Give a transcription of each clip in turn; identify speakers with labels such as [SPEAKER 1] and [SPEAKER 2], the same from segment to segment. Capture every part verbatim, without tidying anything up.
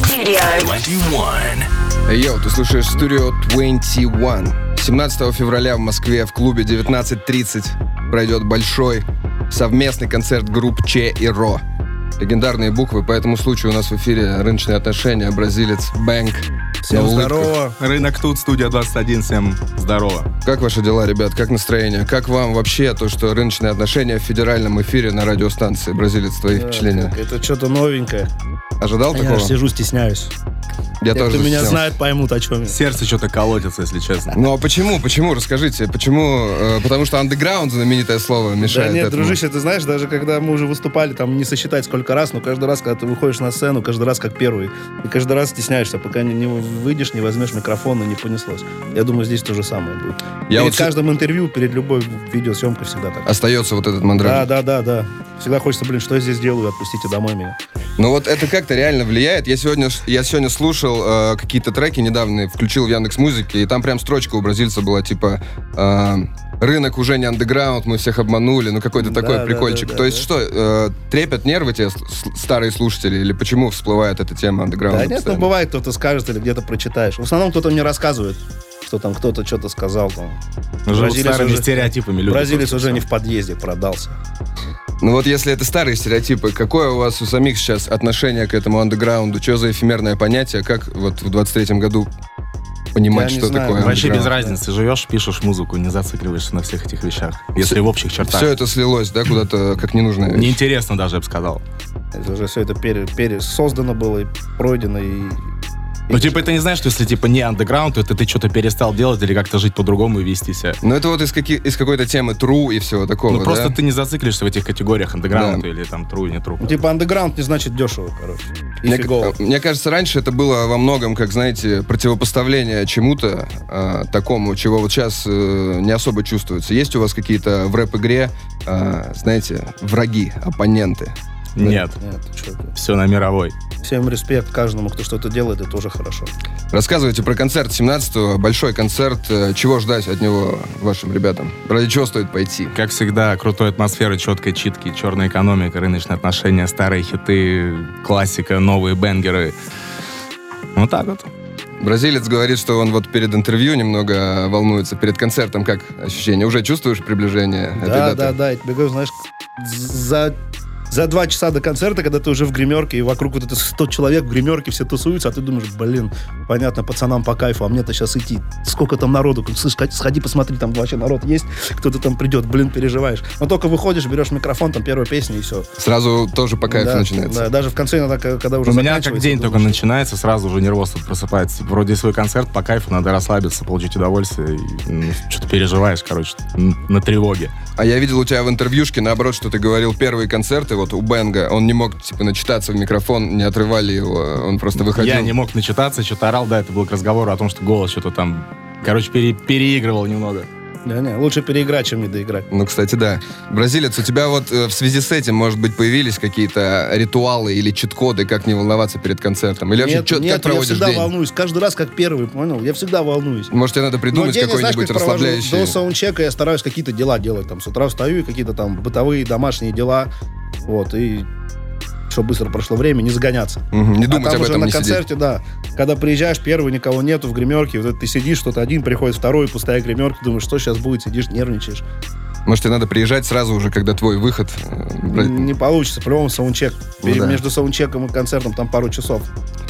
[SPEAKER 1] Йоу, ты слушаешь Studio двадцать один. семнадцатого февраля в Москве в клубе девятнадцать тридцать пройдет большой совместный концерт групп Че и Ро. Легендарные буквы, по этому случаю у нас в эфире «Рыночные отношения», бразилец Бэнк.
[SPEAKER 2] Всем здорово. Рынок тут, студия двадцать один, всем здорово.
[SPEAKER 1] Как ваши дела, ребят? Как настроение? Как вам вообще то, что «Рыночные отношения» в федеральном эфире на радиостанции? Бразилец, твои да, впечатления?
[SPEAKER 3] Это что-то новенькое.
[SPEAKER 1] Ожидал
[SPEAKER 3] а
[SPEAKER 1] такого?
[SPEAKER 3] Я сижу, стесняюсь.
[SPEAKER 1] Я
[SPEAKER 3] Те,
[SPEAKER 1] тоже
[SPEAKER 3] кто меня
[SPEAKER 1] стеснял.
[SPEAKER 3] знает, поймут, о чем я.
[SPEAKER 2] Сердце что-то колотится, если честно.
[SPEAKER 1] Ну а почему? Почему? Расскажите. Почему? Э, потому что андеграунд, знаменитое слово, мешает
[SPEAKER 3] Да нет,
[SPEAKER 1] этому.
[SPEAKER 3] дружище, ты знаешь, даже когда мы уже выступали, там не сосчитать сколько раз, но каждый раз, когда ты выходишь на сцену, каждый раз как первый. И каждый раз стесняешься, пока не, не выйдешь, не возьмешь микрофон, и не понеслось. Я думаю, здесь то же самое будет.
[SPEAKER 1] Я
[SPEAKER 3] перед
[SPEAKER 1] вот
[SPEAKER 3] каждым интервью, перед любой видеосъемкой всегда так.
[SPEAKER 1] Остается вот этот мандраж.
[SPEAKER 3] Да, да, да, да. Всегда хочется, блин, что я здесь делаю, отпустите домой меня.
[SPEAKER 1] Ну вот это как-то реально влияет. Я сегодня, я сегодня слушал э, какие-то треки недавно, включил в Яндекс.Музыке, и там прям строчка у бразильца была, типа э, «Рынок уже не андеграунд, мы всех обманули». Ну какой-то такой
[SPEAKER 3] да,
[SPEAKER 1] прикольчик.
[SPEAKER 3] да, да,
[SPEAKER 1] То есть
[SPEAKER 3] да.
[SPEAKER 1] что, э, трепят нервы те старые слушатели? Или почему всплывает эта тема андеграунда?
[SPEAKER 3] Да нет, ну бывает, кто-то скажет или где-то прочитаешь. В основном кто-то мне рассказывает, что там кто-то что-то сказал. Там.
[SPEAKER 2] Живут старыми стереотипами люди.
[SPEAKER 3] Бразилец уже не в подъезде продался.
[SPEAKER 1] Ну вот если это старые стереотипы, какое у вас у самих сейчас отношение к этому андеграунду? Что за эфемерное понятие? Как вот в двадцать третьем году понимать,
[SPEAKER 3] Я
[SPEAKER 1] что
[SPEAKER 3] не знаю.
[SPEAKER 1] такое
[SPEAKER 2] Вообще без
[SPEAKER 1] андеграунд?
[SPEAKER 2] разницы. Живешь, пишешь музыку, не зацикливаешься на всех этих вещах. Если
[SPEAKER 1] Все-
[SPEAKER 2] в общих чертах.
[SPEAKER 1] Все это слилось, да, куда-то как ненужная вещь?
[SPEAKER 2] Неинтересно даже, я бы сказал.
[SPEAKER 3] Это уже все это пере, пере- создано было и пройдено. И...
[SPEAKER 2] Ну, типа, это не знаешь, что если, типа, не андеграунд, то это ты что-то перестал делать или как-то жить по-другому и вести себя.
[SPEAKER 1] Ну это вот из, каки- из какой-то темы true и всего такого,
[SPEAKER 2] Ну,
[SPEAKER 1] да?
[SPEAKER 2] просто ты не зациклишься в этих категориях андеграунд
[SPEAKER 1] Да.
[SPEAKER 2] или там true и не true.
[SPEAKER 3] Ну, типа андеграунд не значит дешево, короче. И
[SPEAKER 1] Мне,
[SPEAKER 3] фигово.
[SPEAKER 1] мне кажется, раньше это было во многом, как, знаете, противопоставление чему-то э, такому, чего вот сейчас э, не особо чувствуется. Есть у вас какие-то в рэп-игре, э, знаете, враги, оппоненты?
[SPEAKER 2] Нет,
[SPEAKER 3] Нет, ты чё ты.
[SPEAKER 2] все на мировой.
[SPEAKER 3] Всем респект каждому, кто что-то делает, это тоже хорошо.
[SPEAKER 1] Рассказывайте про концерт семнадцатого, большой концерт. Э, Чего ждать от него вашим ребятам? Ради чего стоит пойти?
[SPEAKER 2] Как всегда, крутой атмосферы, четкой читки, черная экономика, рыночные отношения, старые хиты, классика, новые бенгеры. Вот так вот.
[SPEAKER 1] Бразилец говорит, что он вот перед интервью немного волнуется, перед концертом. Как ощущение? Уже чувствуешь приближение этой
[SPEAKER 3] Да,
[SPEAKER 1] даты?
[SPEAKER 3] да, да, я тебе говорю, знаешь, за, за два часа до концерта, когда ты уже в гримерке, и вокруг вот это сто человек в гримерке, все тусуются, а ты думаешь, блин, понятно, пацанам по кайфу, а мне-то сейчас идти. Сколько там народу? Слышь, сходи, посмотри, там вообще народ есть, кто-то там придет, блин, переживаешь. Но только выходишь, берешь микрофон, там первая песня, и все.
[SPEAKER 1] Сразу тоже по кайфу
[SPEAKER 3] Да,
[SPEAKER 1] начинается.
[SPEAKER 3] да, даже в конце иногда, когда уже
[SPEAKER 2] У меня как
[SPEAKER 3] заканчивается,
[SPEAKER 2] день
[SPEAKER 3] думаешь,
[SPEAKER 2] только начинается, сразу уже нервоз тут просыпается. Типа, вроде свой концерт, по кайфу, надо расслабиться, получить удовольствие. И, ну, что-то переживаешь, короче, н- на тревоге.
[SPEAKER 1] А я видел у тебя в интервьюшке, наоборот, что ты говорил, первые концерты, вот у Бенга, он не мог, типа, начитаться в микрофон, не отрывали его, он просто выходил.
[SPEAKER 2] Я не мог начитаться, что-то орал, да, это был к разговору о том, что голос что-то там, короче, пере- переигрывал немного.
[SPEAKER 3] Да, не, лучше переиграть, чем не доиграть.
[SPEAKER 1] Ну, кстати, да. Бразилец, у тебя вот э, в связи с этим, может быть, появились какие-то ритуалы или чит-коды, как не волноваться перед концертом? Или вообще,
[SPEAKER 3] Нет,
[SPEAKER 1] чё-
[SPEAKER 3] нет,
[SPEAKER 1] как проводишь
[SPEAKER 3] я всегда
[SPEAKER 1] день?
[SPEAKER 3] волнуюсь, каждый раз как первый, понял? Я всегда волнуюсь.
[SPEAKER 1] Может, тебе надо
[SPEAKER 3] Но
[SPEAKER 1] придумать
[SPEAKER 3] день, знаешь,
[SPEAKER 1] какой-нибудь
[SPEAKER 3] как провожу?
[SPEAKER 1] расслабляющий...
[SPEAKER 3] До саундчека я стараюсь какие-то дела делать. Там, с утра встаю и какие-то там бытовые, домашние дела. Вот, и чтобы быстро прошло время, не загоняться.
[SPEAKER 1] Мгм, не
[SPEAKER 3] А
[SPEAKER 1] думать
[SPEAKER 3] там
[SPEAKER 1] об
[SPEAKER 3] уже
[SPEAKER 1] этом,
[SPEAKER 3] на
[SPEAKER 1] не сидеть.
[SPEAKER 3] концерте, да. Когда приезжаешь, первый, никого нету в гримерке, вот это ты сидишь, что-то один, приходит второй, пустая гримерка, думаешь, что сейчас будет, сидишь, нервничаешь.
[SPEAKER 1] Может, тебе надо приезжать сразу уже, когда твой выход... э, бра-
[SPEAKER 3] Не получится, по-любому саундчек.
[SPEAKER 1] Ну
[SPEAKER 3] Пере-
[SPEAKER 1] да.
[SPEAKER 3] Между саундчеком и концертом там пару часов.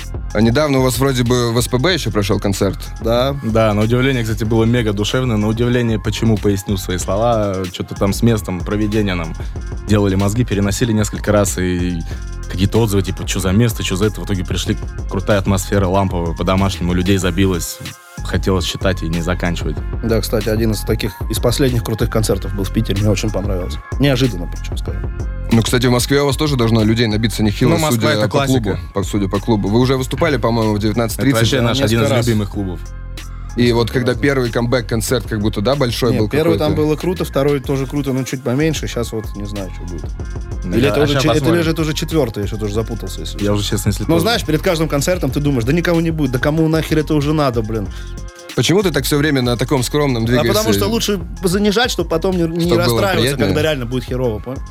[SPEAKER 1] А недавно у вас вроде бы в СПБ еще прошел концерт.
[SPEAKER 3] Да.
[SPEAKER 2] Да, на удивление, кстати, было мега душевно. На удивление, почему, поясню свои слова, что-то там с местом проведения нам делали мозги, переносили несколько раз, и какие-то отзывы, типа, что за место, что за это. В итоге пришли, крутая атмосфера, ламповая, по-домашнему, людей забилось. Хотелось читать и не заканчивать.
[SPEAKER 3] Да, кстати, один из таких, из последних крутых концертов был в Питере, мне очень понравился. Неожиданно, причем, скажем.
[SPEAKER 1] Ну, кстати, в Москве у вас тоже должно людей набиться нехило,
[SPEAKER 2] Ну, Москва
[SPEAKER 1] судя
[SPEAKER 2] это
[SPEAKER 1] по
[SPEAKER 2] классика.
[SPEAKER 1] клубу. По, судя по клубу. Вы уже выступали, по-моему, в девятнадцать
[SPEAKER 2] Это
[SPEAKER 1] тридцать.
[SPEAKER 2] вообще наш один из
[SPEAKER 3] несколько раз.
[SPEAKER 2] любимых клубов.
[SPEAKER 1] И вот когда первый камбэк-концерт как будто, да, большой
[SPEAKER 3] Нет,
[SPEAKER 1] был
[SPEAKER 3] первый
[SPEAKER 1] какой-то?
[SPEAKER 3] там было круто, второй тоже круто, но чуть поменьше. Сейчас вот не знаю, что будет. Или
[SPEAKER 2] Я-
[SPEAKER 3] это,
[SPEAKER 2] а
[SPEAKER 3] уже,
[SPEAKER 2] щас
[SPEAKER 3] че- это
[SPEAKER 2] посмотрим.
[SPEAKER 3] лежит уже четвертый, я что-то уже запутался. Если
[SPEAKER 2] Я
[SPEAKER 3] честно.
[SPEAKER 2] уже, честно, если
[SPEAKER 3] Но
[SPEAKER 2] тоже.
[SPEAKER 3] знаешь, перед каждым концертом ты думаешь, да никого не будет, да кому нахер это уже надо, блин.
[SPEAKER 1] Почему ты так все время на таком скромном
[SPEAKER 3] А
[SPEAKER 1] двигаешься?
[SPEAKER 3] потому что лучше занижать, чтобы потом не, не
[SPEAKER 1] Чтоб было
[SPEAKER 3] расстраиваться,
[SPEAKER 1] приятно.
[SPEAKER 3] когда реально будет херово, понял?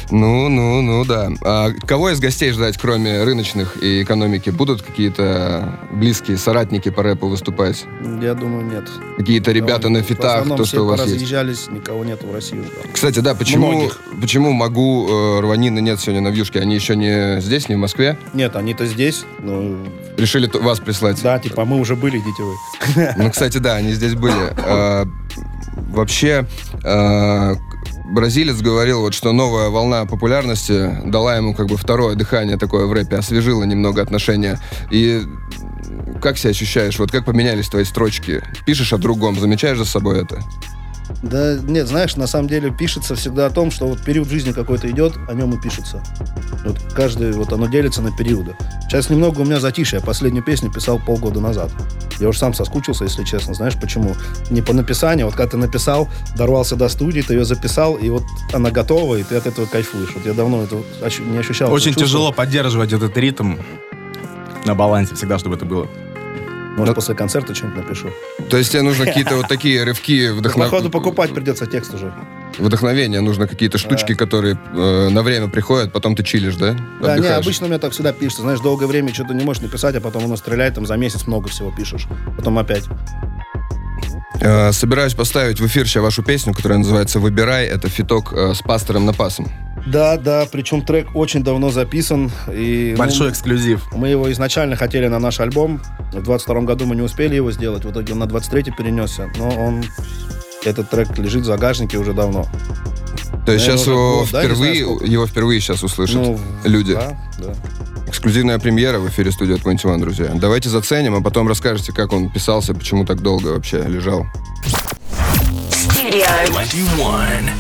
[SPEAKER 1] Ну, ну, ну, да. А кого из гостей ждать, кроме рыночных и экономики? Будут какие-то близкие соратники по рэпу выступать?
[SPEAKER 3] Я думаю, нет.
[SPEAKER 1] Какие-то ребята на фитах, то, что у вас есть?
[SPEAKER 3] разъезжались, никого нет в России уже.
[SPEAKER 1] Кстати, да, почему,
[SPEAKER 3] Многих.
[SPEAKER 1] почему Могу, э, Рванины нет сегодня на вьюшке? Они еще не здесь, не в Москве?
[SPEAKER 3] Нет, они-то здесь. Ну,
[SPEAKER 1] Решили т- вас прислать?
[SPEAKER 3] да, типа, мы уже были, идите вы.
[SPEAKER 1] Ну, кстати, да, они здесь были. А, вообще, а, бразилец говорил, вот, что новая волна популярности дала ему как бы второе дыхание такое в рэпе, освежила немного отношения. И как себя ощущаешь? Вот как поменялись твои строчки? Пишешь о другом, замечаешь за собой это?
[SPEAKER 3] Да нет, знаешь, на самом деле пишется всегда о том, что вот период жизни какой-то идет, о нем и пишется. Вот каждый, вот оно делится на периоды. Сейчас немного у меня затишье. Я последнюю песню писал полгода назад. Я уже сам соскучился, если честно. Знаешь, почему? Не по написанию. Вот когда ты написал, дорвался до студии, ты ее записал, и вот она готова, и ты от этого кайфуешь. Вот я давно это ощу- не ощущал.
[SPEAKER 2] Очень
[SPEAKER 3] это чувство.
[SPEAKER 2] тяжело поддерживать этот ритм на балансе всегда, чтобы это было.
[SPEAKER 3] Может,
[SPEAKER 1] Да.
[SPEAKER 3] после концерта что-нибудь напишу.
[SPEAKER 1] То есть тебе нужно какие-то вот такие рывки вдохнов...
[SPEAKER 3] Походу покупать придется текст уже.
[SPEAKER 1] вдохновения, нужно какие-то штучки, которые э, на время приходят, потом ты чилишь, да?
[SPEAKER 3] Да, не,
[SPEAKER 1] Отдыхаешь.
[SPEAKER 3] обычно у меня так всегда пишется. Знаешь, долгое время что-то не можешь написать, а потом оно стреляет, там за месяц много всего пишешь. Потом опять.
[SPEAKER 1] Э, собираюсь поставить в эфир сейчас вашу песню, которая называется «Выбирай». Это фиток э, с Пастором Напасом.
[SPEAKER 3] Да, да, причем трек очень давно записан. И,
[SPEAKER 2] Большой
[SPEAKER 3] ну,
[SPEAKER 2] эксклюзив.
[SPEAKER 3] мы его изначально хотели на наш альбом. В двадцать втором году мы не успели его сделать. В итоге он на двадцать третий перенесся. Но он... Этот трек лежит в загашнике уже давно.
[SPEAKER 1] То есть
[SPEAKER 3] Наверное,
[SPEAKER 1] сейчас
[SPEAKER 3] уже
[SPEAKER 1] его
[SPEAKER 3] год, да, не
[SPEAKER 1] впервые,
[SPEAKER 3] знаю, сколько.
[SPEAKER 1] его впервые сейчас услышат
[SPEAKER 3] Ну,
[SPEAKER 1] люди.
[SPEAKER 3] Да, да.
[SPEAKER 1] Эксклюзивная премьера в эфире студии двадцать один, друзья. Давайте заценим, а потом расскажете, как он писался, почему так долго вообще лежал.
[SPEAKER 4] Studio
[SPEAKER 5] двадцать один.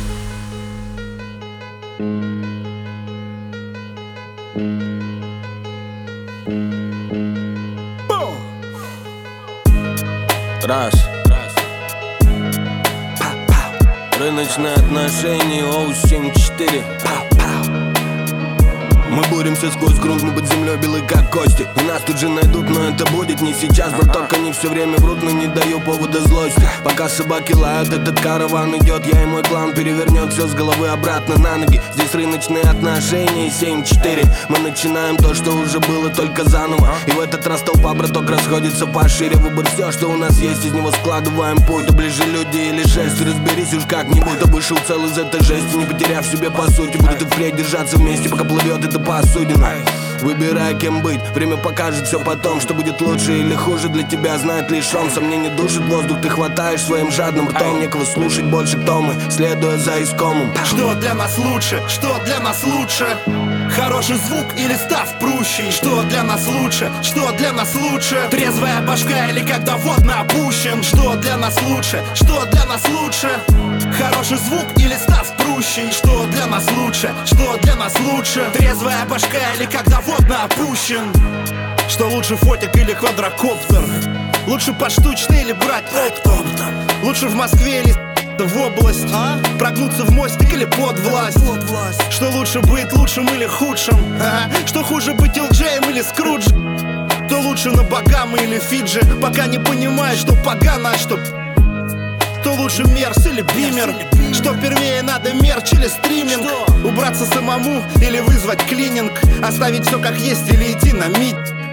[SPEAKER 6] Раз, раз. Рыночные отношения, оу, семь четыре. Мы боремся сквозь грунт, мы под землей белы как кости. И нас тут же найдут, но это будет не сейчас. Браток, они все время врут, но не даю повода злости. Пока собаки лают, этот караван идет. Я и мой клан перевернет все с головы обратно на ноги. Здесь рыночные отношения, семь четыре. Мы начинаем то, что уже было, только заново. И в этот раз толпа, браток, расходится пошире. Выбор все, что у нас есть, из него складываем путь. То ближе люди или шесть, разберись уж как-нибудь. То вышел цел из этой жести, не потеряв себе по сути. Будет и впредь держаться вместе, пока плывет эта посудина. Выбирай, кем быть, время покажет все потом. Что будет лучше или хуже для тебя, знает лишь он. Сомнение душит воздух, ты хватаешь своим жадным ртом. Некого слушать больше, кто мы, следуя за искомым.
[SPEAKER 7] Что для нас лучше? Что для нас лучше? Хороший звук или став прущий? Что для нас лучше? Что для нас лучше? Трезвая башка или когда водно опущен? Что для нас лучше? Что для нас лучше? Хороший звук или став прущий? Что для нас лучше? Что для нас лучше? Трезвая башка или когда водно опущен? Что лучше, фотик или квадрокоптер? Лучше поштучно или брать оптом? Лучше в Москве или в область, а? Прогнуться в мостик или под власть? Что лучше быть лучшим или худшим? А? Что хуже быть Элджеем или Скруджем? Что лучше на Багамы или Фиджи? Пока не понимаешь, что погано, а что... Что лучше Мерс или Бимер? Что первее надо, мерч или стриминг? Убраться самому или вызвать клининг? Оставить все как есть или идти на мит?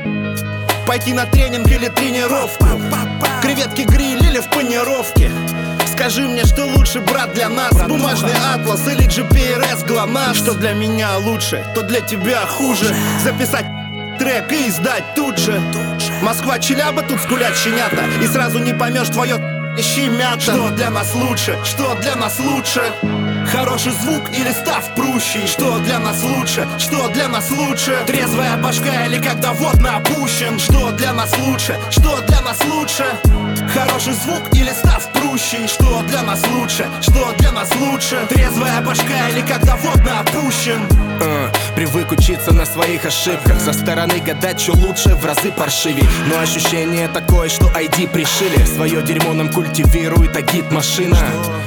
[SPEAKER 7] Пойти на тренинг или тренировку? Креветки гриль или в панировке? Скажи мне, что лучше, брат, для нас? Бумажный атлас или джи пи ар эс ГЛОНАСС? Что для меня лучше, то для тебя хуже. Записать трек и издать тут же. Москва, Челяба, тут скулят щенята. И сразу не поймешь твое ищи мята. Что для нас лучше, что для нас лучше? Хороший звук или став прущий? Что для нас лучше, что для нас лучше? Трезвая башка или когда водно опущен? Что для нас лучше, что для нас лучше? Хороший звук или став прущий? Что для нас лучше, что для нас лучше? Трезвая башка или когда водно опущен?
[SPEAKER 5] Uh, привык учиться на своих ошибках. Со стороны гадать, что лучше, в разы паршивей. Но ощущение такое, что ай ди пришили. Свое дерьмо нам культивирует агит-машина.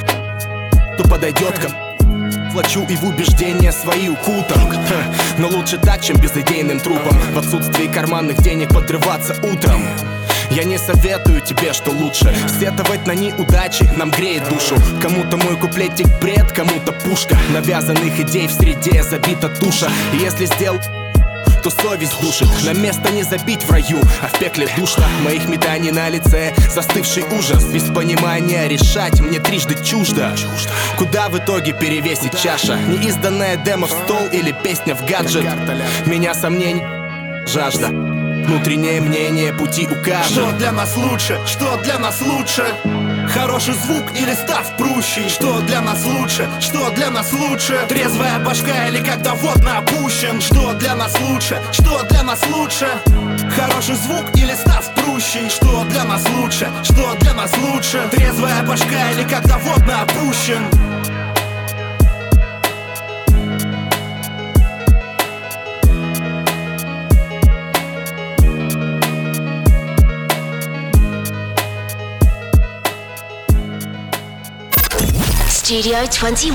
[SPEAKER 5] Кто подойдет ко плачу и в убеждения свои укутан. Ха, но лучше так, чем безыдейным трупом. В отсутствии карманных денег подрываться утром. Я не советую тебе, что лучше сетовать на неудачи, нам греет душу. Кому-то мой куплетик бред, кому-то пушка. Навязанных идей в среде забита туша. И если сделал, то совесть душит. На место не забить в раю, а в пекле душно. Моих метаний на лице застывший ужас. Без понимания решать мне трижды чуждо. Куда в итоге перевесит чаша? Неизданная демо в стол или песня в гаджет? Меня сомнений жажда. Внутреннее мнение пути укажет.
[SPEAKER 7] Что для нас лучше? Что для нас лучше? Хороший звук или став прущий? Что для нас лучше? Что для нас лучше? Трезвая башка или когда водно опущен? Что для нас лучше? Что для нас лучше? Хороший звук или став прущий? Что для нас лучше? Что для нас лучше? Трезвая башка или когда водно опущен?
[SPEAKER 4] Studio двадцать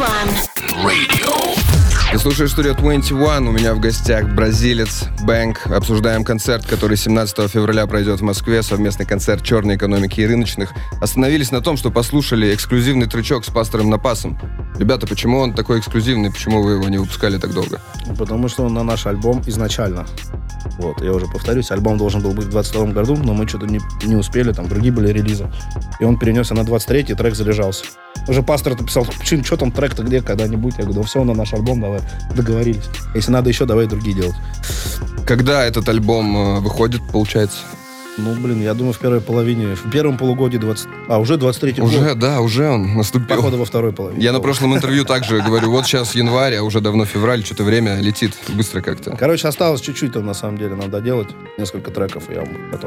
[SPEAKER 4] один.
[SPEAKER 1] Ты слушаешь Studio двадцать один, у меня в гостях бразилец Бэнк. Обсуждаем концерт, который семнадцатого февраля пройдет в Москве, совместный концерт черной экономики и рыночных. Остановились на том, что послушали эксклюзивный трючок с Пастором Напасом. Ребята, почему он такой эксклюзивный, почему вы его не выпускали так долго?
[SPEAKER 3] Потому что он на наш альбом изначально. Вот, я уже повторюсь, альбом должен был быть в двадцать втором году, но мы что-то не, не успели, там другие были релизы. И он перенесся на двадцать третий, трек залежался. Уже пастор написал, что там трек-то где, когда-нибудь? Я говорю, да все, на наш альбом, давай, договорились. Если надо еще, давай другие делать.
[SPEAKER 1] Когда этот альбом э, выходит, получается?
[SPEAKER 3] Ну, блин, я думаю, в первой половине, в первом полугодии двадцать... А, уже двадцать третий год.
[SPEAKER 1] Уже, да, уже он наступил.
[SPEAKER 3] Походу во второй половине.
[SPEAKER 1] Я на прошлом интервью также говорю, вот сейчас январь, а уже давно февраль, что-то время летит быстро как-то.
[SPEAKER 3] Короче, осталось чуть-чуть там, на самом деле, надо доделать. Несколько треков, и я готов.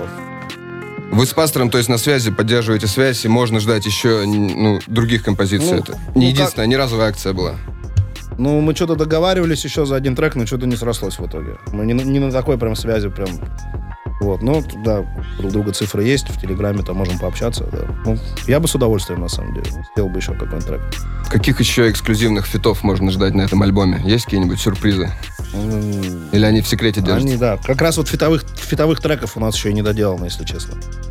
[SPEAKER 1] Вы с пастором, то есть на связи, поддерживаете связь, и можно ждать еще ну, других композиций.
[SPEAKER 3] Ну,
[SPEAKER 1] это не
[SPEAKER 3] ну
[SPEAKER 1] единственная,
[SPEAKER 3] как...
[SPEAKER 1] не разовая акция была.
[SPEAKER 3] Ну, мы что-то договаривались еще за один трек, но что-то не срослось в итоге. Мы не, не на такой прям связи прям... Вот, ну, да, друг друга цифры есть, в Телеграме там можем пообщаться, да. Ну, я бы с удовольствием, на самом деле, сделал бы еще какой-нибудь трек.
[SPEAKER 1] Каких еще эксклюзивных фитов можно ждать на этом альбоме? Есть какие-нибудь сюрпризы?
[SPEAKER 3] Mm.
[SPEAKER 1] Или они в секрете держатся?
[SPEAKER 3] Они, да. Как раз вот фитовых, фитовых треков у нас еще и не доделано, если честно.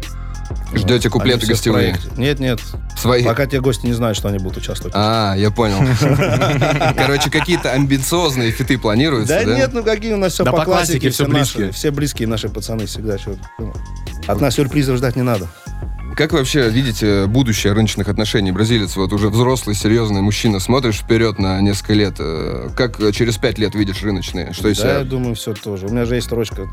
[SPEAKER 1] Ждете куплеты гостевые?
[SPEAKER 3] Нет, нет.
[SPEAKER 1] Свои?
[SPEAKER 3] Пока те гости не знают, что они будут участвовать.
[SPEAKER 1] А, я понял. Короче, какие-то амбициозные фиты планируются, да?
[SPEAKER 3] Да нет, ну какие у нас все
[SPEAKER 2] да
[SPEAKER 3] по
[SPEAKER 2] по классике,
[SPEAKER 3] классике,
[SPEAKER 2] все
[SPEAKER 3] все
[SPEAKER 2] близкие.
[SPEAKER 3] наши, все близкие наши пацаны всегда. Что, от нас сюрпризов ждать не надо.
[SPEAKER 1] Как вы вообще видите будущее рыночных отношений? Бразилец, вот уже взрослый, серьезный мужчина, смотришь вперед на несколько лет. Как через пять лет видишь рыночные? Что из
[SPEAKER 3] Да,
[SPEAKER 1] себя?
[SPEAKER 3] я думаю, все тоже. У меня же есть строчка.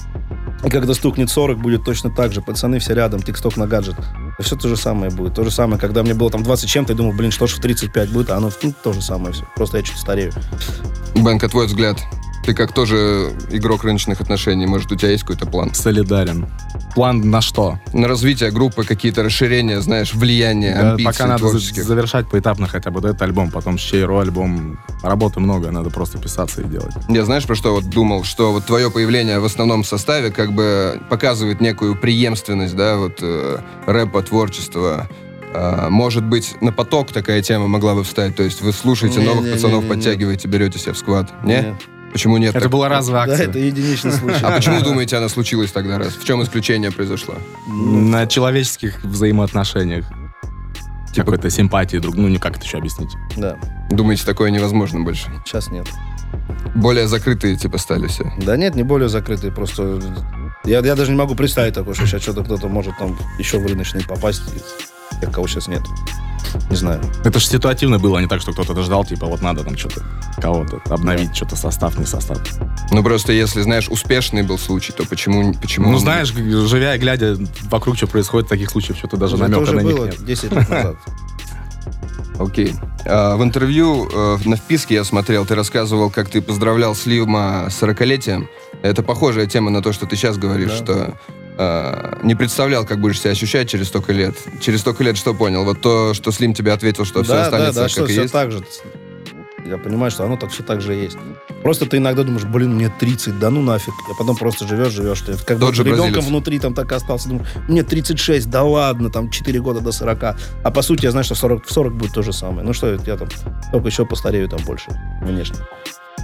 [SPEAKER 3] И когда стукнет сорок, будет точно так же. Пацаны все рядом, тик-сток на гаджет. И все то же самое будет. То же самое, когда мне было там двадцать чем-то, я думал, блин, что ж в тридцать пять будет, а оно ну, то же самое все. Просто я чуть старею.
[SPEAKER 1] Бэнк, а твой взгляд? Ты как тоже игрок рыночных отношений, может, у тебя есть какой-то план?
[SPEAKER 2] Солидарен. План на что?
[SPEAKER 1] На развитие группы, какие-то расширения, знаешь, влияние,
[SPEAKER 2] Да,
[SPEAKER 1] амбиции
[SPEAKER 2] пока надо за-
[SPEAKER 1] творческих.
[SPEAKER 2] завершать поэтапно хотя бы этот альбом, потом с Чейро альбом. Работы много, надо просто писаться и делать.
[SPEAKER 1] Я знаешь, про что вот думал? Что вот твое появление в основном составе как бы показывает некую преемственность, да, вот э, рэпа, творчества. Э, может быть, на поток такая тема могла бы встать? То есть вы слушаете
[SPEAKER 3] Не,
[SPEAKER 1] новых
[SPEAKER 3] не,
[SPEAKER 1] пацанов,
[SPEAKER 3] не, не,
[SPEAKER 1] подтягиваете, берете себя в сквад? Не?
[SPEAKER 3] Нет.
[SPEAKER 1] Почему нет?
[SPEAKER 2] Это
[SPEAKER 1] так?
[SPEAKER 2] была разовая
[SPEAKER 3] Да,
[SPEAKER 2] акция.
[SPEAKER 3] это единичный случай.
[SPEAKER 1] А почему, думаете, она случилась тогда раз? В чем исключение произошло?
[SPEAKER 2] На человеческих взаимоотношениях.
[SPEAKER 1] Типа-
[SPEAKER 2] Какой-то симпатии друг. Ну, не как это еще объяснить.
[SPEAKER 3] Да,
[SPEAKER 1] Думаете, такое невозможно больше?
[SPEAKER 3] сейчас нет.
[SPEAKER 1] Более закрытые типа стали все?
[SPEAKER 3] Да нет, не более закрытый, просто... Я, я даже не могу представить такое, что сейчас что-то кто-то может там еще в рыночный попасть, и тех, кого сейчас нет. Не знаю.
[SPEAKER 2] Это же ситуативно было, а не так, что кто-то ждал, типа, вот надо там что-то, кого-то обновить, что-то состав, не состав.
[SPEAKER 1] Ну просто если, знаешь, успешный был случай, то почему... почему
[SPEAKER 2] Ну,
[SPEAKER 1] он-
[SPEAKER 2] знаешь, живя и глядя вокруг, что происходит, таких случаев что-то даже
[SPEAKER 3] Это
[SPEAKER 2] намека
[SPEAKER 3] уже
[SPEAKER 2] на них
[SPEAKER 3] было
[SPEAKER 2] нет.
[SPEAKER 3] десять лет назад.
[SPEAKER 1] Окей. А, в интервью э, на вписке я смотрел, ты рассказывал, как ты поздравлял Слима с сорокалетием. Это похожая тема на то, что ты сейчас говоришь,
[SPEAKER 3] Да.
[SPEAKER 1] что э, не представлял, как будешь себя ощущать через столько лет. Через столько лет что понял? Вот то, что Слим тебе ответил, что все
[SPEAKER 3] Да, да,
[SPEAKER 1] останется
[SPEAKER 3] да,
[SPEAKER 1] как
[SPEAKER 3] что
[SPEAKER 1] и
[SPEAKER 3] все
[SPEAKER 1] есть.
[SPEAKER 3] так же. Я понимаю, что оно так все так же и есть. Просто ты иногда думаешь, блин, мне тридцать, да ну нафиг. А потом просто живешь, живешь. Ты как
[SPEAKER 1] Тот
[SPEAKER 3] бы
[SPEAKER 1] же
[SPEAKER 3] ребенком
[SPEAKER 1] бразилец.
[SPEAKER 3] внутри там так и остался. Думаю, мне тридцать шесть, да ладно, там четыре года до сорока. А по сути, я знаю, что сорок, в сорок будет то же самое. Ну что, я там только еще постарею там больше внешне.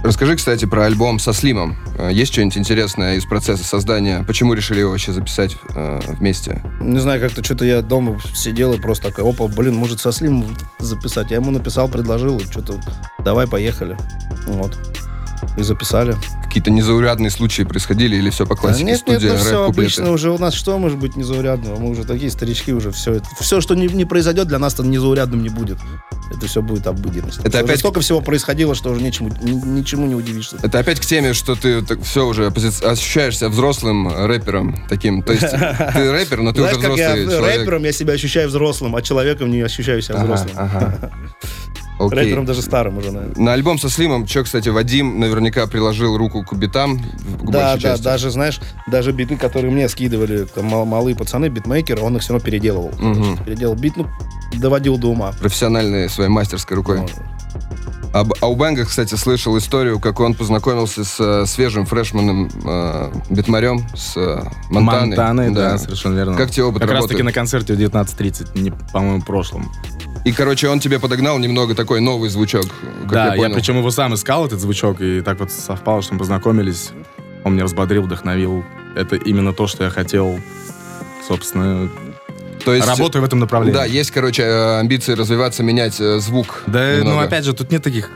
[SPEAKER 1] Расскажи, кстати, про альбом со Слимом. Есть что-нибудь интересное из процесса создания? Почему решили его вообще записать э, вместе?
[SPEAKER 3] Не знаю, как-то что-то я дома сидел и просто такой, опа, блин, может со Слимом записать. Я ему написал, предложил, и что-то давай, поехали. Вот. И записали.
[SPEAKER 1] Какие-то незаурядные случаи происходили или все по классике?
[SPEAKER 3] А нет,
[SPEAKER 1] студия,
[SPEAKER 3] нет, ну все
[SPEAKER 1] рэп-куплеты?
[SPEAKER 3] обычно уже у нас что может быть незаурядного? Мы уже такие старички, уже все это. Все, что не, не произойдет, для нас-то незаурядным не будет. Это все будет обыденность.
[SPEAKER 1] Это опять...
[SPEAKER 3] столько всего происходило, что уже ничему, ни, ничему не удивишься.
[SPEAKER 1] Это опять к теме, что ты так, все уже пози... ощущаешься взрослым рэпером таким. То есть ты рэпер, но ты
[SPEAKER 3] Знаешь,
[SPEAKER 1] уже
[SPEAKER 3] как
[SPEAKER 1] взрослый
[SPEAKER 3] я
[SPEAKER 1] человек.
[SPEAKER 3] Рэпером я себя ощущаю взрослым, а человеком не ощущаю себя взрослым.
[SPEAKER 1] Ага, ага.
[SPEAKER 3] Рэпером даже старым уже, наверное.
[SPEAKER 1] На альбом со Слимом, что, кстати, Вадим наверняка приложил руку к битам, к
[SPEAKER 3] Да,
[SPEAKER 1] большей
[SPEAKER 3] да,
[SPEAKER 1] части.
[SPEAKER 3] даже, знаешь, даже биты, которые мне скидывали там, мал- малые пацаны, битмейкеры, он их все равно переделывал.
[SPEAKER 1] Мгм.
[SPEAKER 3] Переделал бит, ну, доводил до ума.
[SPEAKER 1] Профессиональной своей мастерской рукой.
[SPEAKER 3] Ну,
[SPEAKER 1] Об Аубенга, кстати, слышал историю, как он познакомился с э, свежим фрешменом э, битмарем, с э, Монтаной.
[SPEAKER 2] Монтаной, да, совершенно верно.
[SPEAKER 1] Как тебе опыт
[SPEAKER 2] Как раз
[SPEAKER 1] работы?
[SPEAKER 2] таки на концерте в девятнадцать тридцать, не, по-моему, прошлом.
[SPEAKER 1] И, короче, он тебе подогнал немного такой новый звучок, как
[SPEAKER 2] да,
[SPEAKER 1] я
[SPEAKER 2] я,
[SPEAKER 1] понял.
[SPEAKER 2] причем его сам искал, этот звучок, и так вот совпало, что мы познакомились. Он меня взбодрил, вдохновил. Это именно то, что я хотел, собственно,
[SPEAKER 1] То есть,
[SPEAKER 2] работаю в этом направлении.
[SPEAKER 1] да, есть, короче, э, амбиции развиваться, менять э, звук.
[SPEAKER 2] Да,
[SPEAKER 1] немного.
[SPEAKER 2] ну опять же, тут нет таких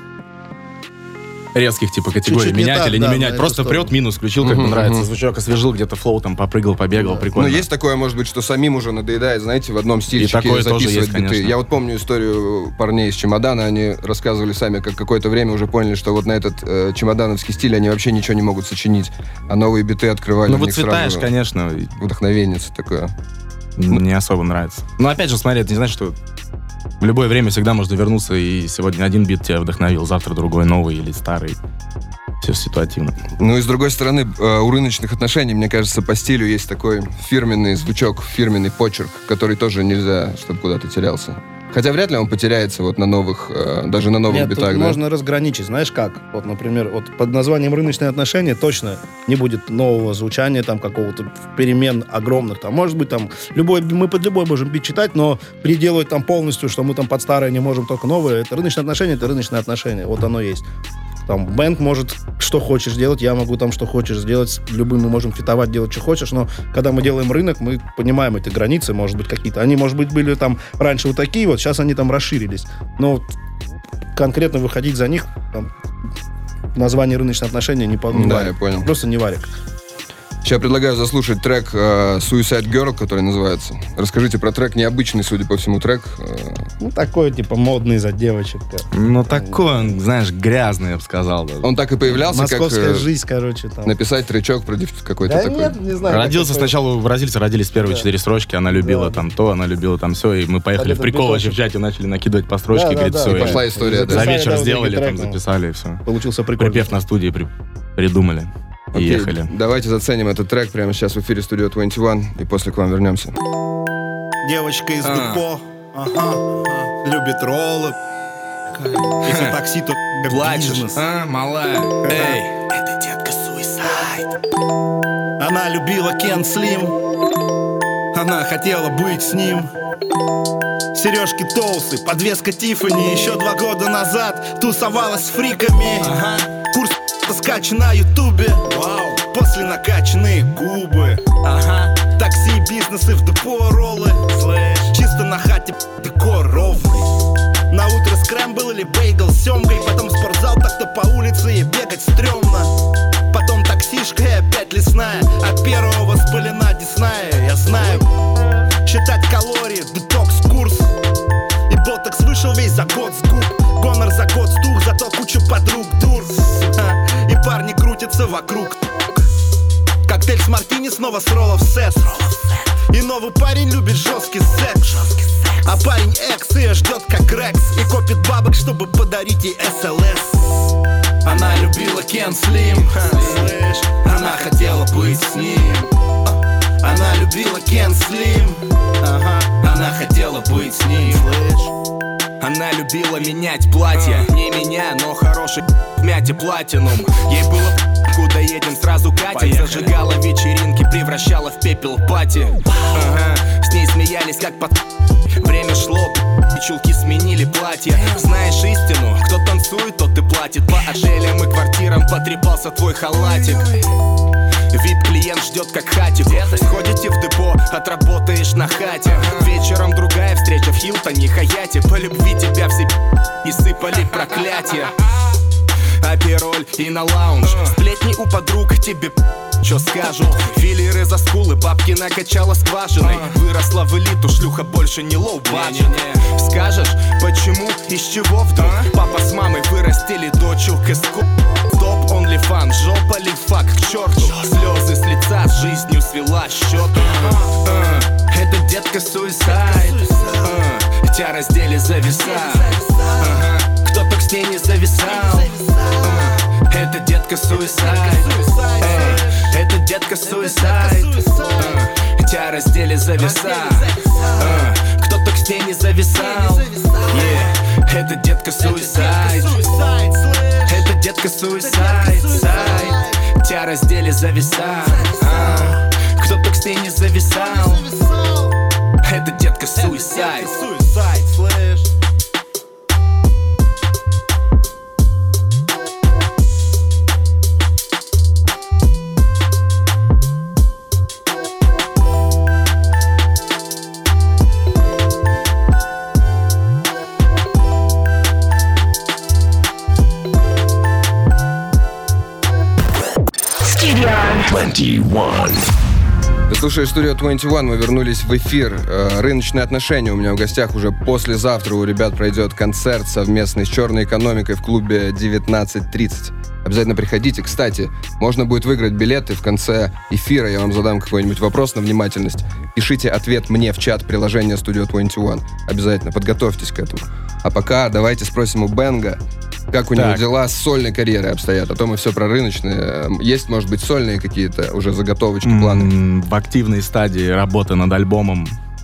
[SPEAKER 2] резких типа категорий.
[SPEAKER 3] Чуть-чуть не
[SPEAKER 2] Менять
[SPEAKER 3] так,
[SPEAKER 2] или не
[SPEAKER 3] да,
[SPEAKER 2] менять.
[SPEAKER 3] на
[SPEAKER 2] Просто
[SPEAKER 3] эту
[SPEAKER 2] прет,
[SPEAKER 3] сторону.
[SPEAKER 2] минус, включил, как
[SPEAKER 1] Мгм,
[SPEAKER 2] бы нравится.
[SPEAKER 1] мгм.
[SPEAKER 2] Звучок освежил, где-то флоу там попрыгал, побегал,
[SPEAKER 1] Ну,
[SPEAKER 2] прикольно.
[SPEAKER 1] есть такое, может быть, что самим уже надоедает, знаете, в одном стильчике
[SPEAKER 2] такое тоже
[SPEAKER 1] записывать
[SPEAKER 2] есть,
[SPEAKER 1] биты.
[SPEAKER 2] конечно.
[SPEAKER 1] Я вот помню историю парней из «Чемодана», они рассказывали сами, как какое-то время уже поняли, что вот на этот э, чемодановский стиль они вообще ничего не могут сочинить, а новые биты открывали
[SPEAKER 2] Ну,
[SPEAKER 1] в них
[SPEAKER 2] выцветаешь,
[SPEAKER 1] сразу
[SPEAKER 2] конечно, и
[SPEAKER 1] вдохновенец такое.
[SPEAKER 2] не особо нравится. Но опять же, смотри, это не значит, что в любое время всегда можно вернуться, и сегодня один бит тебя вдохновил, завтра другой, новый или старый. Все ситуативно.
[SPEAKER 1] Ну и с другой стороны, э, у рыночных отношений, мне кажется, по стилю есть такой фирменный звучок, фирменный почерк, который тоже нельзя, чтобы куда-то терялся. Хотя вряд ли он потеряется вот на новых, э, даже на новых
[SPEAKER 3] Нет, тут
[SPEAKER 1] битах, да?
[SPEAKER 3] можно разграничить. Знаешь как? Вот, например, вот под названием «рыночные отношения» точно не будет нового звучания, там, какого-то перемен огромных. Там, может быть, там, любой, мы под любой можем бит читать, но переделывать там полностью, что мы там под старое не можем, только новое. Это рыночные отношения, это рыночные отношения. Вот оно есть. Там, бэнд может что хочешь делать, я могу там что хочешь сделать, с любым мы можем фитовать, делать, что хочешь, но когда мы делаем рынок, мы понимаем эти границы, может быть, какие-то. Они, может быть, были там раньше вот такие вот, сейчас они там расширились. Но вот конкретно выходить за них, там, название «рыночные отношения» не, по- не
[SPEAKER 1] Да,
[SPEAKER 3] варик.
[SPEAKER 1] я понял.
[SPEAKER 3] Просто не варик.
[SPEAKER 1] Сейчас предлагаю заслушать трек э, Suicide Girl, который называется. Расскажите про трек, необычный, судя по всему, трек. Э,
[SPEAKER 3] Ну, такой, типа, модный за девочек.
[SPEAKER 2] Ну, такой он, знаешь, грязный, я бы сказал. Даже.
[SPEAKER 1] он так и появлялся,
[SPEAKER 3] Московская
[SPEAKER 1] как э,
[SPEAKER 3] жизнь, короче, там.
[SPEAKER 1] написать тречок про дев- какой-то
[SPEAKER 3] Да
[SPEAKER 1] такой.
[SPEAKER 3] нет, не знаю.
[SPEAKER 2] Родился
[SPEAKER 3] как такое.
[SPEAKER 2] сначала, в Бразильце родились первые
[SPEAKER 3] Да.
[SPEAKER 2] четыре строчки, она любила
[SPEAKER 3] Да,
[SPEAKER 2] там то, она любила там все, и мы поехали
[SPEAKER 3] Так
[SPEAKER 2] в
[SPEAKER 3] это
[SPEAKER 2] прикол вообще в
[SPEAKER 3] биточек.
[SPEAKER 2] чате, начали накидывать по строчке,
[SPEAKER 3] Да, да,
[SPEAKER 2] говорит,
[SPEAKER 3] да.
[SPEAKER 2] все,
[SPEAKER 1] И пошла история, да.
[SPEAKER 2] за
[SPEAKER 3] Записали,
[SPEAKER 2] вечер
[SPEAKER 3] да, вот
[SPEAKER 2] сделали,
[SPEAKER 3] такой
[SPEAKER 2] там
[SPEAKER 3] трек, ну.
[SPEAKER 2] записали, и все.
[SPEAKER 3] Получился прикольный.
[SPEAKER 2] Припев на студии при- придумали и
[SPEAKER 1] Окей,
[SPEAKER 2] ехали.
[SPEAKER 1] давайте заценим этот трек прямо сейчас в эфире Studio двадцать один, и после к вам вернемся.
[SPEAKER 7] Девочка из депо, ага, любит роллы. Если такси, то
[SPEAKER 5] Плачешь,
[SPEAKER 7] бизнес.
[SPEAKER 5] а, малая? Эй,
[SPEAKER 7] Это детка Суисайд. Она любила Кен Слим. Она хотела быть с ним. Сережки Толсы, подвеска Тиффани. Еще два года назад тусовалась с фриками. Курс скача на ютубе. Вау. После накачанные губы. Ага. Такси, бизнесы в депо, роллы. Слэш. Чисто на хате декор ровный. На утро скрэмбл или бейгл с семгой. Потом в спортзал, так-то по улице и бегать стрёмно. Потом таксишка и опять лесная. От первого воспалена десная, я знаю. Считать калории, детокс-курс. И ботокс вышел весь за год с губ. Гонор за год стух, зато куча подруг дур. Ха. И парни крутятся вокруг. Коктейль с мартини, снова с роллов сет. И новый парень любит жесткий секс. А парень экс ее ждет как Рекс. И копит бабок, чтобы подарить ей эс эл эс. Она любила Кен Слим. Слышь, она хотела быть с ним. Она любила Кен Слим. Ага, она хотела быть с ним. Слышь.
[SPEAKER 5] Она любила менять платья. Не меня, но хороший в мяте платинум. Ей было куда едем, сразу катим. Зажигала вечеринки, превращала в пепел пати. Ага, с ней смеялись как под... Время шло, и чулки сменили платья. Знаешь истину, кто танцует, тот и платит. По отелям и квартирам потрепался твой халатик. Вип-клиент ждет как хатику. Сходите в депо, отработаешь на хате. Вечером другая встреча в Хилтоне, Хаяте. По любви тебя все и сыпали проклятия. Апероль и на лаунж. Сплетни у подруг тебе чё скажут. Филлеры за скулы, бабки накачала скважиной. Выросла в элиту, шлюха больше не лоу-баджет. Скажешь, почему, из чего вдруг? Папа с мамой вырастили дочу кэску. Топ, OnlyFans, жопа ли фак, к черту. Слезы с лица, с жизнью свела счеты. Это детка суицид. Тебя раздели за веса. Кто так с ней не зависал? Это детка суицид. Это детка суицид. Тебя раздели за веса. Кто так с ней не зависал? Это детка суицид. Это детка суицид. Тебя раздели за веса. Кто так с ней не зависал? Это детка суицид.
[SPEAKER 1] Ты слушаешь Studio двадцать один, мы вернулись в эфир. Рыночные отношения у меня в гостях. Уже послезавтра у ребят пройдет концерт совместный с «Черной экономикой» в клубе девятнадцать тридцать. Обязательно приходите. Кстати, можно будет выиграть билеты в конце эфира. Я вам задам какой-нибудь вопрос на внимательность. Пишите ответ мне в чат приложения Studio двадцать один. Обязательно подготовьтесь к этому. А пока давайте спросим у Бенга, как у так. него дела с сольной карьерой обстоят. А то мы все про рыночные. Есть, может быть, сольные какие-то уже заготовочки, mm-hmm. планы?
[SPEAKER 2] В активной стадии работы над альбомом.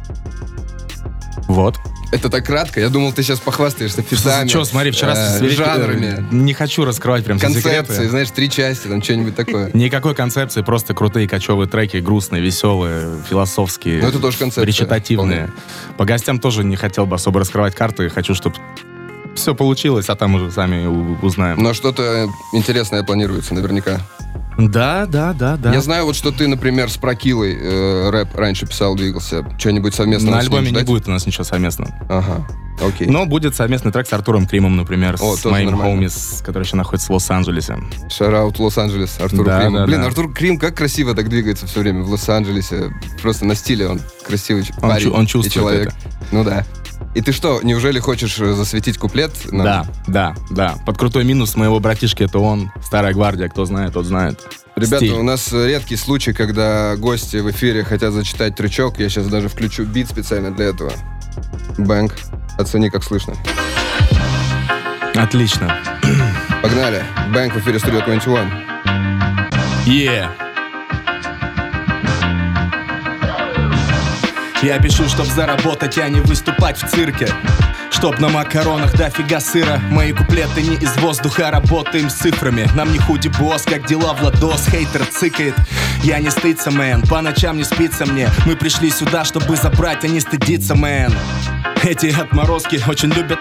[SPEAKER 2] Вот.
[SPEAKER 1] Это так кратко? Я думал, ты сейчас похвастаешься фитами.
[SPEAKER 2] Что, смотри, вчера
[SPEAKER 1] э,
[SPEAKER 2] с
[SPEAKER 1] жанрами.
[SPEAKER 2] Не хочу раскрывать прям все секреты.
[SPEAKER 1] Концепции, знаешь, три части, там что-нибудь такое.
[SPEAKER 2] Никакой концепции, просто крутые кочевые треки, грустные, веселые, философские.
[SPEAKER 1] Ну это тоже концепция.
[SPEAKER 2] Речитативные. По гостям тоже не хотел бы особо раскрывать карты. Хочу, чтобы все получилось, а там уже сами узнаем.
[SPEAKER 1] Но что-то интересное планируется наверняка.
[SPEAKER 2] Да, да, да, да.
[SPEAKER 1] Я знаю, вот что ты, например, с Прокилой э, рэп раньше писал, двигался. Что-нибудь совместно
[SPEAKER 2] на
[SPEAKER 1] с ним
[SPEAKER 2] альбоме
[SPEAKER 1] ждать?
[SPEAKER 2] Не будет у нас ничего совместного.
[SPEAKER 1] Ага, окей.
[SPEAKER 2] Но будет совместный трек с Артуром Кримом, например,
[SPEAKER 1] О,
[SPEAKER 2] с моим
[SPEAKER 1] нормально.
[SPEAKER 2] хоумис, который еще находится в Лос-Анджелесе.
[SPEAKER 1] Шараут Лос-Анджелес, Артур
[SPEAKER 2] да,
[SPEAKER 1] Крим.
[SPEAKER 2] Да,
[SPEAKER 1] Блин,
[SPEAKER 2] да.
[SPEAKER 1] Артур Крим как красиво так двигается все время в Лос-Анджелесе. Просто на стиле он красивый
[SPEAKER 2] он
[SPEAKER 1] парень
[SPEAKER 2] чу- он чувствует
[SPEAKER 1] и человек.
[SPEAKER 2] это.
[SPEAKER 1] Ну да. И ты что, неужели хочешь засветить куплет? нам?
[SPEAKER 2] Да, да, да. Под крутой минус моего братишки это он, старая гвардия, кто знает, тот знает.
[SPEAKER 1] Ребята,
[SPEAKER 2] Стиль.
[SPEAKER 1] у нас редкий случай, когда гости в эфире хотят зачитать трючок. Я сейчас даже включу бит специально для этого. Бэнк, оцени, как слышно.
[SPEAKER 2] Отлично.
[SPEAKER 1] Погнали. Бэнк в эфире Studio двадцать один.
[SPEAKER 2] Yeah.
[SPEAKER 5] Я пишу, чтоб заработать, а не выступать в цирке. Чтоб на макаронах дофига сыра. Мои куплеты не из воздуха, работаем с цифрами. Нам не худи босс, как дела в ладос. Хейтер цыкает, я не стыдся, мэн. По ночам не спится мне. Мы пришли сюда, чтобы забрать, а не стыдиться, мэн. Эти отморозки очень любят.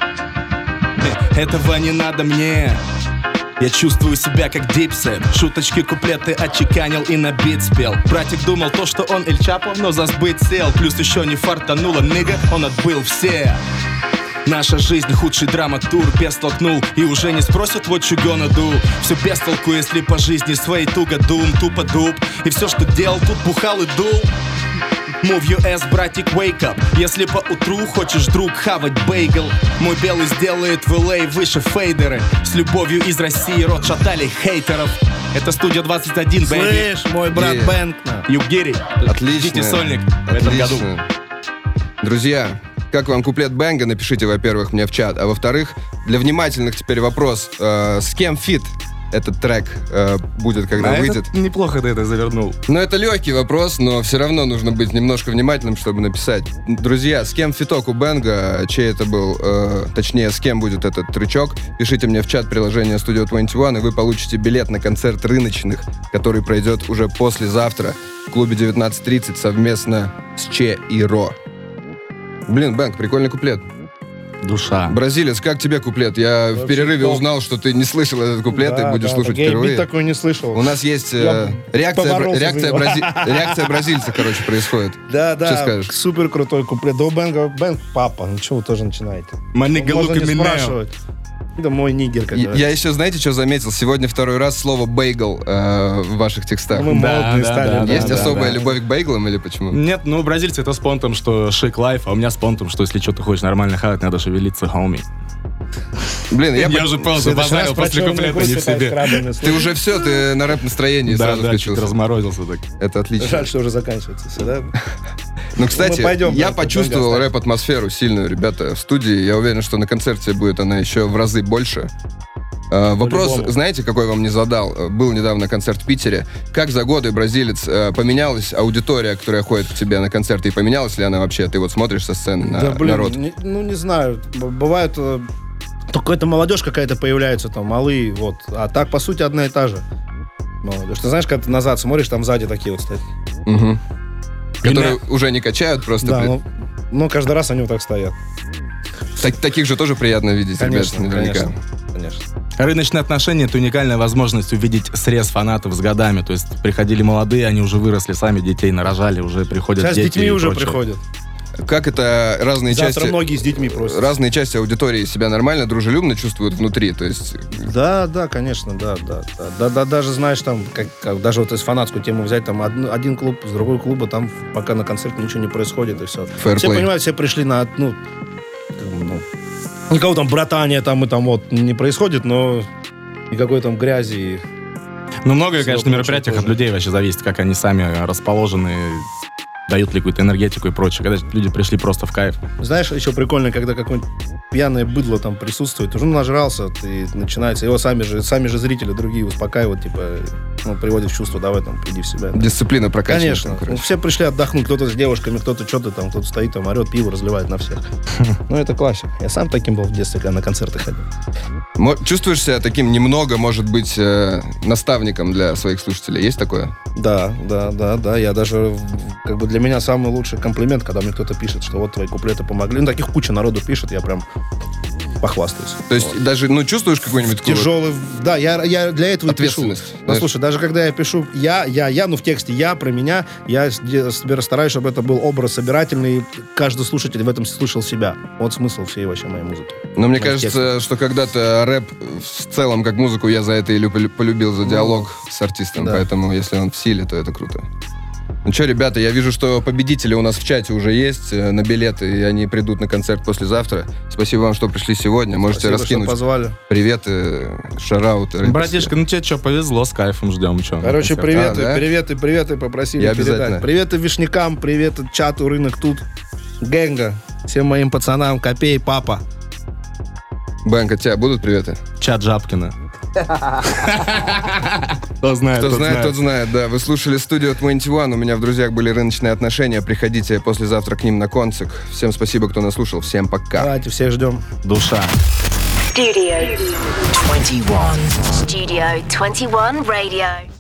[SPEAKER 5] Этого не надо мне. Я чувствую себя как дипсет. Шуточки, куплеты отчеканил и на бит спел. Братик думал то, что он Эль Чапо, но за сбыт сел. Плюс еще не фартануло, нига, он отбыл все. Наша жизнь худший драматург, без толкнул. И уже не спросят, вот you gonna do. Все без толку, если по жизни своей туго дум, тупо дуб. И все, что делал, тут бухал и дул. Move your ass, братик, wake up. Если по утру хочешь, друг, хавать бейгл. Мой белый сделает в эл эй выше фейдеры. С любовью из России рот шатали хейтеров. Это студия двадцать один, бэйби.
[SPEAKER 3] Слышь, мой брат
[SPEAKER 1] Yeah.
[SPEAKER 3] Бэнк.
[SPEAKER 5] Югири,
[SPEAKER 1] Отлично.
[SPEAKER 5] ждите сольник в
[SPEAKER 1] Отлично.
[SPEAKER 5] этом году.
[SPEAKER 1] Друзья, как вам куплет Бэнга? Напишите, во-первых, мне в чат. А во-вторых, для внимательных теперь вопрос. Э, с кем фит? этот трек э, будет, когда
[SPEAKER 2] А
[SPEAKER 1] выйдет.
[SPEAKER 2] это неплохо ты это завернул.
[SPEAKER 1] Ну, это легкий вопрос, но все равно нужно быть немножко внимательным, чтобы написать. Друзья, с кем фиток у Бенга? Чей это был? Э, точнее, с кем будет этот трючок? Пишите мне в чат приложения Studio двадцать один, и вы получите билет на концерт «Рыночных», который пройдет уже послезавтра в клубе девятнадцать тридцать совместно с Че и Ро. Блин, Бенг, прикольный куплет.
[SPEAKER 2] Душа.
[SPEAKER 1] Бразилец, как тебе куплет? Я
[SPEAKER 3] Вообще
[SPEAKER 1] в перерыве
[SPEAKER 3] топ.
[SPEAKER 1] узнал, что ты не слышал этот куплет,
[SPEAKER 3] Да,
[SPEAKER 1] и будешь
[SPEAKER 3] да,
[SPEAKER 1] слушать
[SPEAKER 3] так я и
[SPEAKER 1] впервые.
[SPEAKER 3] бит такой не слышал.
[SPEAKER 1] У нас есть э,
[SPEAKER 3] Я
[SPEAKER 1] реакция,
[SPEAKER 3] поборолся
[SPEAKER 1] реакция,
[SPEAKER 3] за него.
[SPEAKER 1] брази- реакция бразильца, короче, происходит.
[SPEAKER 3] Да,
[SPEAKER 1] Что
[SPEAKER 3] да,
[SPEAKER 1] скажешь?
[SPEAKER 3] супер крутой куплет. Да у Бенга, Бенг папа, ну чего вы тоже начинаете?
[SPEAKER 2] Манига
[SPEAKER 3] Можно
[SPEAKER 2] лука
[SPEAKER 3] не
[SPEAKER 2] минео.
[SPEAKER 3] спрашивать. Да мой нигер, как
[SPEAKER 1] Я,
[SPEAKER 3] говорится.
[SPEAKER 1] я еще, знаете, что заметил? Сегодня второй раз слово «бейгл» э, в ваших текстах.
[SPEAKER 3] Мы
[SPEAKER 2] Да,
[SPEAKER 3] модные
[SPEAKER 2] да,
[SPEAKER 3] стали.
[SPEAKER 2] да,
[SPEAKER 1] Есть
[SPEAKER 2] да,
[SPEAKER 1] особая
[SPEAKER 2] да.
[SPEAKER 1] любовь к бейглам или почему?
[SPEAKER 2] Нет, ну, бразильцы это с понтом, что шик лайф, а у меня с понтом, что если что-то хочешь нормально хавать, надо шевелиться, хоми.
[SPEAKER 1] Блин, я,
[SPEAKER 2] Я,
[SPEAKER 1] по-
[SPEAKER 2] уже
[SPEAKER 3] В
[SPEAKER 2] просто
[SPEAKER 3] следующий раз
[SPEAKER 2] базарил
[SPEAKER 3] про
[SPEAKER 2] после
[SPEAKER 3] черную
[SPEAKER 2] куплета
[SPEAKER 3] грудь
[SPEAKER 2] не в
[SPEAKER 3] летать
[SPEAKER 2] себе.
[SPEAKER 3] крабами,
[SPEAKER 1] Ты
[SPEAKER 3] слушай.
[SPEAKER 1] уже все, ты на рэп-настроении
[SPEAKER 2] Да,
[SPEAKER 1] сразу
[SPEAKER 2] да, чуть
[SPEAKER 1] включился.
[SPEAKER 2] разморозился так.
[SPEAKER 1] Это отлично.
[SPEAKER 3] Жаль, что уже заканчивается все, да?
[SPEAKER 1] Ну, кстати,
[SPEAKER 3] Мы пойдем,
[SPEAKER 1] я
[SPEAKER 3] да,
[SPEAKER 1] почувствовал
[SPEAKER 3] Бенга
[SPEAKER 1] рэп-атмосферу сильную, ребята, в студии. Я уверен, что на концерте будет она еще в разы больше. А, вопрос,
[SPEAKER 3] По-любому.
[SPEAKER 1] знаете, какой вам не задал? Был недавно концерт в Питере. Как за годы, бразилец, э, поменялась аудитория, которая ходит к тебе на концерты, и поменялась ли она вообще? Ты вот смотришь со сцены на
[SPEAKER 3] Да, блин,
[SPEAKER 1] народ.
[SPEAKER 3] не- ну не знаю. Б- Бывает, э, только какая-то молодежь какая-то появляется, там, малые, вот. А так, по сути, одна и та же молодежь. Ты знаешь, когда ты назад смотришь, там сзади такие вот стоят.
[SPEAKER 1] Мгм. Которые уже не качают просто.
[SPEAKER 3] Да,
[SPEAKER 1] при-
[SPEAKER 3] ну, ну, каждый раз они вот так стоят.
[SPEAKER 1] Так- таких же тоже приятно видеть,
[SPEAKER 3] Конечно,
[SPEAKER 1] ребят, наверняка.
[SPEAKER 3] конечно, конечно.
[SPEAKER 2] Рыночные отношения — это уникальная возможность увидеть срез фанатов с годами. То есть приходили молодые, они уже выросли сами, детей нарожали, уже приходят
[SPEAKER 3] Сейчас с
[SPEAKER 2] дети
[SPEAKER 3] детьми
[SPEAKER 2] и
[SPEAKER 3] уже
[SPEAKER 2] прочее.
[SPEAKER 3] приходят.
[SPEAKER 1] Как это разные
[SPEAKER 3] Завтра
[SPEAKER 1] части...
[SPEAKER 3] многие с детьми просят.
[SPEAKER 1] Разные части аудитории себя нормально, дружелюбно чувствуют внутри, то есть...
[SPEAKER 3] Да, да, конечно, да, да, да, да, да, даже знаешь, там, как, как- даже вот если фанатскую тему взять, там один, один клуб с другой клуба, там пока на концерте ничего не происходит, и все.
[SPEAKER 1] Fair
[SPEAKER 3] Все
[SPEAKER 1] play.
[SPEAKER 3] понимают, все пришли на, ну, как бы, ну, никого там братания там и там вот не происходит, но никакой там грязи.
[SPEAKER 2] Ну, многое,
[SPEAKER 3] Всего
[SPEAKER 2] конечно, на
[SPEAKER 3] прочего
[SPEAKER 2] мероприятиях от
[SPEAKER 3] тоже.
[SPEAKER 2] людей вообще зависит, как они сами расположены, дают ли какую-то энергетику и прочее. Когда люди пришли просто в кайф.
[SPEAKER 3] Знаешь, еще прикольно, когда какое-нибудь пьяное быдло там присутствует, уже нажрался, и начинается, его сами же, сами же зрители другие успокаивают, типа, ну, приводят в чувство, давай там, приди в себя.
[SPEAKER 1] Дисциплина прокачивает.
[SPEAKER 3] Конечно.
[SPEAKER 1] там,
[SPEAKER 3] Ну,
[SPEAKER 1] короче.
[SPEAKER 3] все пришли отдохнуть, кто-то с девушками, кто-то что-то там, кто-то стоит там, орет, пиво разливает на всех. Ну, это классика. Я сам таким был в детстве, когда на концерты ходил.
[SPEAKER 1] Мо- Чувствуешь себя таким немного, может быть, э, наставником для своих слушателей? Есть такое?
[SPEAKER 3] Да, да, да, да. Я даже, в- как бы для меня самый лучший комплимент, когда мне кто-то пишет, что вот твои куплеты помогли. Ну, таких куча народу пишет, я прям похвастаюсь.
[SPEAKER 1] То есть
[SPEAKER 3] Вот.
[SPEAKER 1] даже, ну, чувствуешь какой-нибудь такой вот-
[SPEAKER 3] Тяжелый, да, я, я для этого и пишу.
[SPEAKER 1] Ответственность,
[SPEAKER 3] Ну,
[SPEAKER 1] знаешь.
[SPEAKER 3] слушай, даже когда я пишу я, я, я, ну, в тексте я, про меня, я с- де- себе стараюсь, чтобы это был образ собирательный, и каждый слушатель в этом слышал себя. Вот смысл всей вообще моей музыки.
[SPEAKER 1] Но мне
[SPEAKER 3] Моих
[SPEAKER 1] кажется, что когда-то рэп в целом, как музыку, я за это и люб- полюбил, за диалог с артистом.
[SPEAKER 3] да.
[SPEAKER 1] Поэтому, если он в силе, то это круто. Ну что, ребята, я вижу, что победители у нас в чате уже есть э, на билеты, и они придут на концерт послезавтра. Спасибо вам, что пришли сегодня. Можете
[SPEAKER 3] Спасибо,
[SPEAKER 1] раскинуть
[SPEAKER 3] что позвали.
[SPEAKER 1] приветы, шарауты.
[SPEAKER 2] Братишка, ну тебе что, повезло, с кайфом ждем. Чё, на
[SPEAKER 3] Короче,
[SPEAKER 2] концерт.
[SPEAKER 3] приветы,
[SPEAKER 1] А, да?
[SPEAKER 3] приветы, приветы попросили
[SPEAKER 1] Я
[SPEAKER 3] передать.
[SPEAKER 1] обязательно.
[SPEAKER 3] Приветы вишнякам, приветы чату, рынок тут, Гэнга, всем моим пацанам, Копей, папа.
[SPEAKER 1] Бэнк, от тебя будут приветы?
[SPEAKER 2] Чат Жабкина. Кто знает,
[SPEAKER 1] Кто
[SPEAKER 2] тот
[SPEAKER 1] знает, тот знает, да. Вы слушали студию двадцать один. У меня в друзьях были рыночные отношения. Приходите послезавтра к ним на концерт. Всем спасибо, кто нас слушал. Всем пока.
[SPEAKER 3] Давайте, всех ждем.
[SPEAKER 2] Душа.
[SPEAKER 4] Studio twenty-one. Studio twenty-one Radio.